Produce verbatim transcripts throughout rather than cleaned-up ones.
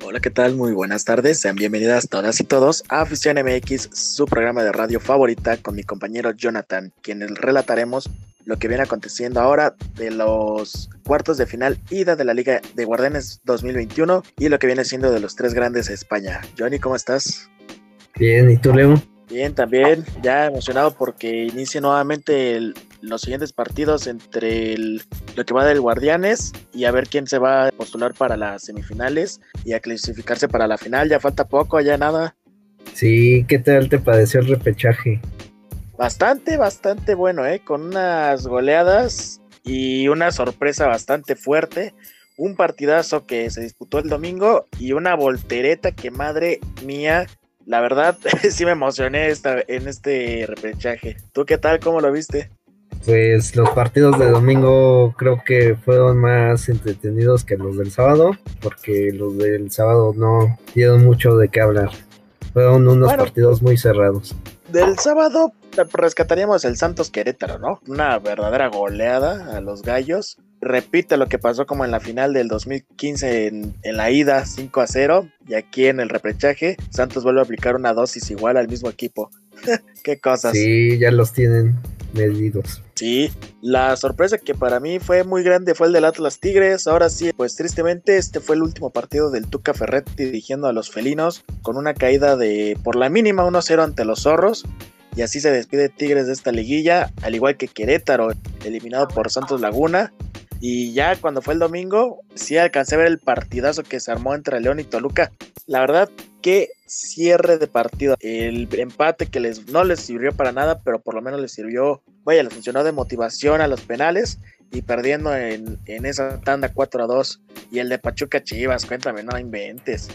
Hola, ¿qué tal? Muy buenas tardes, sean bienvenidas todas y todos a Afición M X, su programa de radio favorita con mi compañero Jonathan, quienes relataremos lo que viene aconteciendo ahora de los cuartos de final ida de la Liga de Guardianes dos mil veintiuno y lo que viene siendo de los tres grandes de España. Johnny, ¿cómo estás? Bien, ¿y tú, Leo? Bien, también, ya emocionado porque inicie nuevamente el, los siguientes partidos entre el, lo que va del Guardianes y a ver quién se va a postular para las semifinales y a clasificarse para la final. Ya falta poco, ya nada. Sí, ¿qué tal te pareció el repechaje? Bastante, bastante bueno, ¿eh? Con unas goleadas y una sorpresa bastante fuerte. Un partidazo que se disputó el domingo y una voltereta que, madre mía, la verdad sí me emocioné esta, en este repechaje. ¿Tú qué tal? ¿Cómo lo viste? Pues los partidos de domingo creo que fueron más entretenidos que los del sábado, porque los del sábado no dieron mucho de qué hablar. Fueron unos bueno, partidos muy cerrados. Del sábado rescataríamos el Santos Querétaro, ¿no? Una verdadera goleada a los gallos. Repite lo que pasó como en la final del dos mil quince en, en la ida cinco a cero, y aquí en el repechaje Santos vuelve a aplicar una dosis igual al mismo equipo. Qué cosas. Sí, ya los tienen medidos. Sí, la sorpresa que para mí fue muy grande fue el del Atlas Tigres. Ahora sí, pues tristemente este fue el último partido del Tuca Ferretti dirigiendo a los felinos, con una caída de por la mínima uno cero ante los zorros. Y así se despide Tigres de esta liguilla, al igual que Querétaro, eliminado por Santos Laguna. Y ya cuando fue el domingo, sí alcancé a ver el partidazo que se armó entre León y Toluca. La verdad, qué cierre de partido. El empate que les no les sirvió para nada, pero por lo menos les sirvió, vaya, les funcionó de motivación a los penales. Y perdiendo en, en esa tanda cuatro a dos. Y el de Pachuca Chivas, cuéntame, no inventes.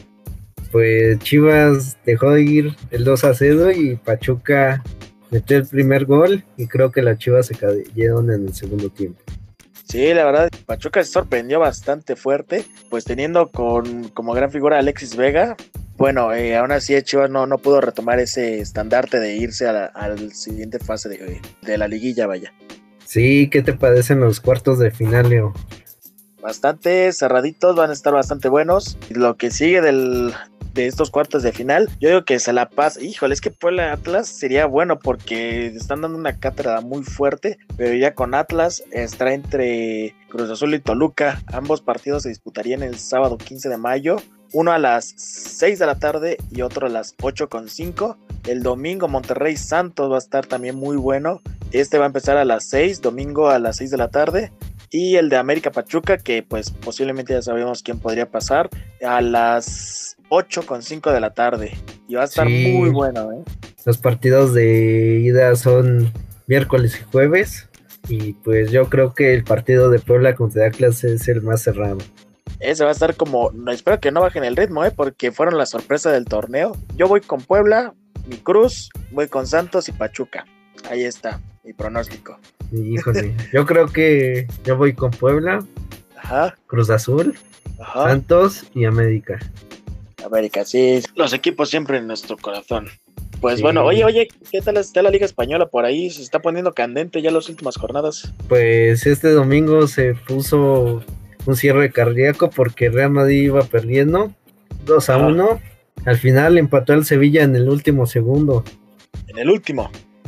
Pues Chivas dejó de ir el dos a cero y Pachuca metió el primer gol. Y creo que las Chivas se cayeron en el segundo tiempo. Sí, la verdad, Pachuca se sorprendió bastante fuerte, pues teniendo con, como gran figura a Alexis Vega. Bueno, eh, aún así Chivas no, no pudo retomar ese estandarte de irse a la, a la siguiente fase de, de la liguilla, vaya. Sí, ¿qué te parecen los cuartos de final, Leo? Bastante cerraditos, van a estar bastante buenos. Lo que sigue del, de estos cuartos de final, yo digo que se la pasa. Híjole, es que Puebla Atlas sería bueno porque están dando una cátedra muy fuerte, pero ya con Atlas estará entre Cruz Azul y Toluca. Ambos partidos se disputarían el sábado quince de mayo, uno a las seis de la tarde y otro a las ocho con cinco. El domingo Monterrey Santos va a estar también muy bueno. Este va a empezar a las seis, domingo a las seis de la tarde. Y el de América Pachuca, que pues posiblemente ya sabemos quién podría pasar, a las ocho con cinco de la tarde. Y va a estar sí, muy bueno, ¿eh? Los partidos de ida son miércoles y jueves. Y pues yo creo que el partido de Puebla contra Atlas es el más cerrado. Ese va a estar como, no, espero que no bajen el ritmo, ¿eh? Porque fueron la sorpresa del torneo. Yo voy con Puebla, mi Cruz, voy con Santos y Pachuca. Ahí está mi pronóstico. Híjole, yo creo que yo voy con Puebla, ajá, Cruz Azul, ajá, Santos y América. América, sí, los equipos siempre en nuestro corazón. Pues sí. Bueno, oye, oye, ¿qué tal está la Liga Española por ahí? Se está poniendo candente ya las últimas jornadas. Pues este domingo se puso un cierre cardíaco porque Real Madrid iba perdiendo dos a uno. Al final empató el Sevilla en el último segundo. ¿En el último?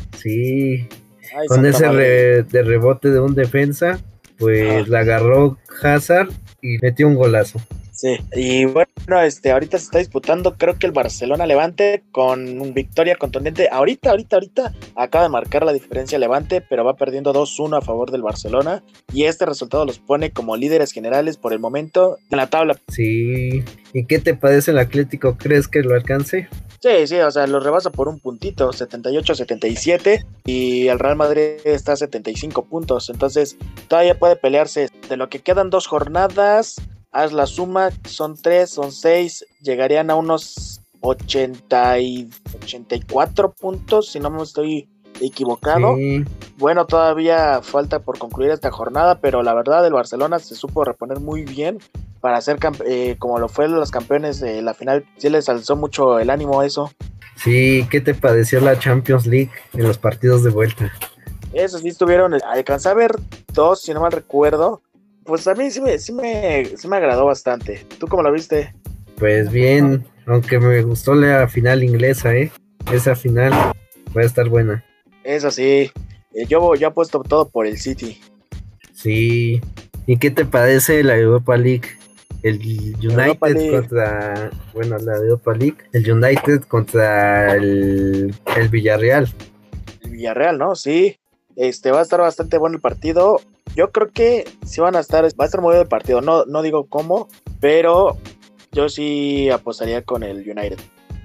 Sí. Ay, con ese re, de rebote de un defensa, pues ajá, la agarró Hazard y metió un golazo. Sí, y bueno, este, ahorita se está disputando, creo que el Barcelona Levante con un victoria contundente. Ahorita, ahorita, ahorita acaba de marcar la diferencia Levante, pero va perdiendo dos uno a favor del Barcelona. Y este resultado los pone como líderes generales por el momento en la tabla. Sí, ¿y qué te parece el Atlético? ¿Crees que lo alcance? Sí, sí, o sea, lo rebasa por un puntito, setenta y ocho a setenta y siete, y el Real Madrid está a setenta y cinco puntos, entonces todavía puede pelearse. De lo que quedan dos jornadas, haz la suma, son tres, son seis, llegarían a unos ochenta y ochenta y cuatro puntos, si no me estoy equivocado. Sí. Bueno, todavía falta por concluir esta jornada, pero la verdad el Barcelona se supo reponer muy bien para ser campe- eh, como lo fue los campeones de la final. Sí les alzó mucho el ánimo eso. Sí, ¿qué te pareció la Champions League en los partidos de vuelta? Eso sí estuvieron, alcancé a ver dos, si no mal recuerdo. Pues a mí sí me, sí me, sí me agradó bastante. ¿Tú cómo lo viste? Pues bien, aunque me gustó la final inglesa, ¿eh? Esa final va a estar buena. Eso sí, eh, yo, yo apuesto todo por el City. Sí. ¿Y qué te parece la Europa League? El Europa United League. contra, bueno, la Europa League, el United contra el, el Villarreal. El Villarreal, ¿no? Sí. Este va a estar bastante bueno el partido. Yo creo que sí van a estar, va a estar movido el partido. No, no digo cómo, pero yo sí apostaría con el United.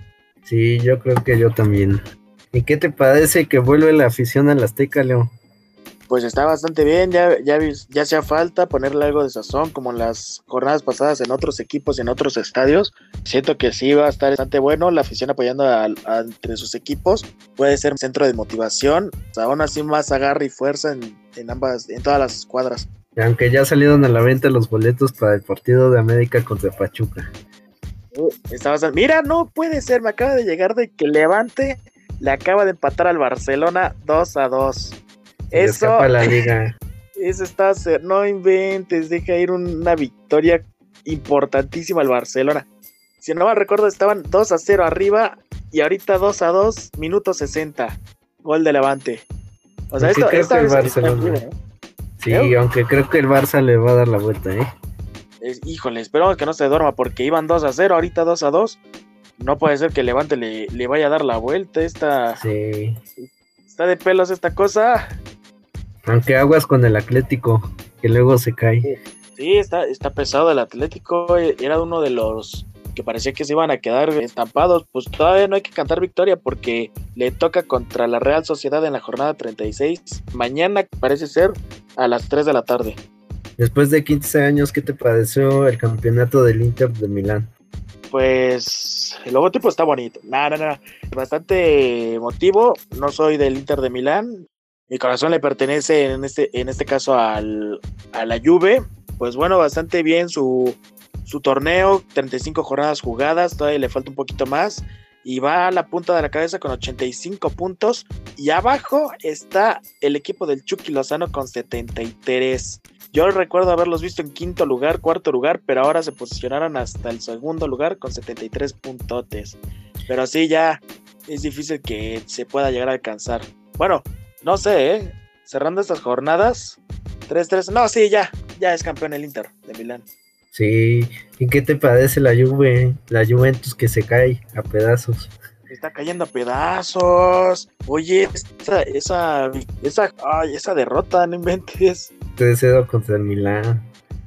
Sí, yo creo que yo también. ¿Y qué te parece que vuelve la afición al Azteca, Leo? Pues está bastante bien, ya, ya, ya hacía falta ponerle algo de sazón, como en las jornadas pasadas en otros equipos y en otros estadios. Siento que sí va a estar bastante bueno, la afición apoyando a, a, entre sus equipos. Puede ser un centro de motivación, o sea, aún así más agarre y fuerza en, en ambas, en todas las cuadras. Aunque ya salieron a la venta los boletos para el partido de América contra Pachuca. Uh, está bastante... Mira, no puede ser, me acaba de llegar de que Levante le acaba de empatar al Barcelona dos a dos. Se Eso, escapa la liga. Eso está, no inventes, deja ir una victoria importantísima al Barcelona. Si no mal recuerdo, estaban dos a cero arriba y ahorita dos a dos, minuto sesenta, gol de Levante. O sea, aunque esto, creo esta que el vez Barcelona. ¿eh? Sí, ¿Eh? Aunque creo que el Barça le va a dar la vuelta, ¿eh? Es, híjole, esperamos que no se duerma porque iban dos a cero, ahorita dos a dos. No puede ser que Levante le, le vaya a dar la vuelta. Esta, sí. Está de pelos esta cosa. Aunque aguas con el Atlético, que luego se cae. Sí, está, está pesado el Atlético. Era uno de los que parecía que se iban a quedar estampados. Pues todavía no hay que cantar victoria porque le toca contra la Real Sociedad en la jornada treinta y seis. Mañana parece ser a las tres de la tarde. Después de quince años, ¿qué te pareció el campeonato del Inter de Milán? Pues el logotipo está bonito. Nada, nada, nada. Bastante emotivo. No soy del Inter de Milán. Mi corazón le pertenece en este, en este caso al, a la Juve. Pues bueno, bastante bien su, su torneo, treinta y cinco jornadas jugadas, todavía le falta un poquito más. Y va a la punta de la cabeza con ochenta y cinco puntos. Y abajo está el equipo del Chucky Lozano con setenta y tres. Yo recuerdo haberlos visto en quinto lugar, cuarto lugar, pero ahora se posicionaron hasta el segundo lugar con setenta y tres puntotes. Pero sí, ya es difícil que se pueda llegar a alcanzar. Bueno, no sé, ¿eh? Cerrando estas jornadas, tres tres, no, sí, ya, ya es campeón el Inter de Milán. Sí, ¿y qué te parece la Juve, la Juventus que se cae a pedazos? Está cayendo a pedazos. Oye, esa, esa, esa, ay, esa derrota, no inventes. tres cero contra el Milán.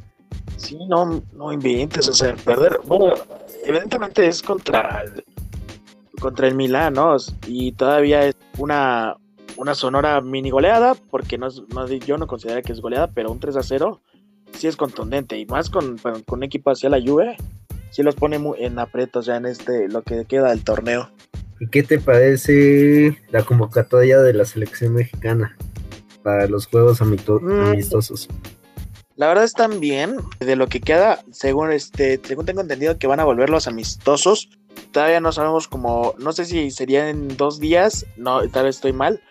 Sí, no, no inventes, o sea, perder, bueno, evidentemente es contra el, contra el Milán, ¿no? Y todavía es una, una sonora mini goleada, porque no, es, no yo no considero que es goleada, pero un tres a cero sí es contundente, y más con, con un equipo hacia la Juve, sí los pone muy en aprietos ya en este, lo que queda del torneo. ¿Y qué te parece la convocatoria de la selección mexicana para los juegos amito- mm. amistosos? La verdad están bien, de lo que queda, según este, según tengo entendido que van a volver los amistosos. Todavía no sabemos cómo, no sé si sería en dos días, no, tal vez estoy mal,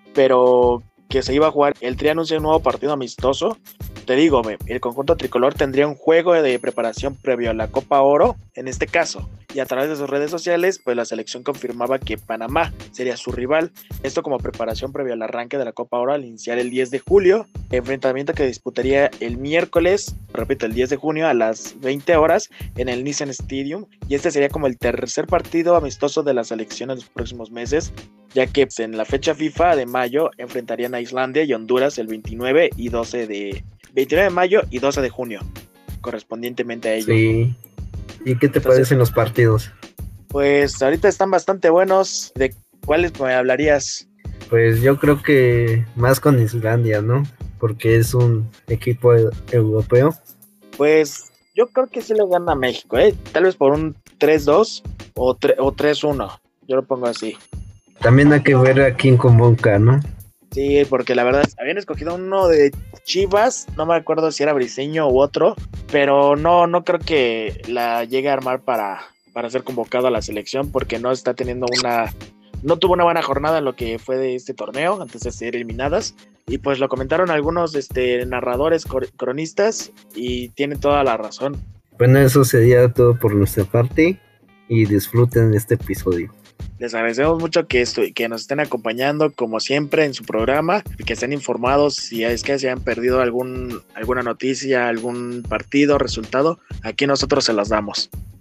pero que se iba a jugar, el Tri anuncia un nuevo partido amistoso. Te digo, el conjunto tricolor tendría un juego de preparación previo a la Copa Oro, en este caso, y a través de sus redes sociales, pues la selección confirmaba que Panamá sería su rival. Esto como preparación previo al arranque de la Copa Oro al iniciar el diez de julio, enfrentamiento que disputaría el miércoles, repito, el diez de junio a las veinte horas en el Nissan Stadium, y este sería como el tercer partido amistoso de la selección en los próximos meses, ya que pues, en la fecha FIFA de mayo enfrentarían a Islandia y Honduras el veintinueve y doce de veintinueve de mayo y doce de junio, correspondientemente a ello. Sí. ¿Y qué te Entonces, parecen los partidos? Pues ahorita están bastante buenos. ¿De cuáles me hablarías? Pues yo creo que más con Islandia, ¿no? Porque es un equipo europeo. Pues yo creo que sí le gana a México, ¿eh? Tal vez por un tres dos o, tre- o tres uno. Yo lo pongo así. También hay que ver a quién convoca, ¿no? Sí, porque la verdad, habían escogido uno de Chivas, no me acuerdo si era Briseño u otro, pero no, no creo que la llegue a armar para, para ser convocado a la selección, porque no está teniendo una, no tuvo una buena jornada en lo que fue de este torneo, antes de ser eliminadas, y pues lo comentaron algunos este, narradores, cronistas, y tienen toda la razón. Bueno, eso sería todo por nuestra parte y disfruten este episodio. Les agradecemos mucho que, esto, que nos estén acompañando como siempre en su programa y que estén informados si es que se han perdido algún, alguna noticia, algún partido, resultado, aquí nosotros se las damos.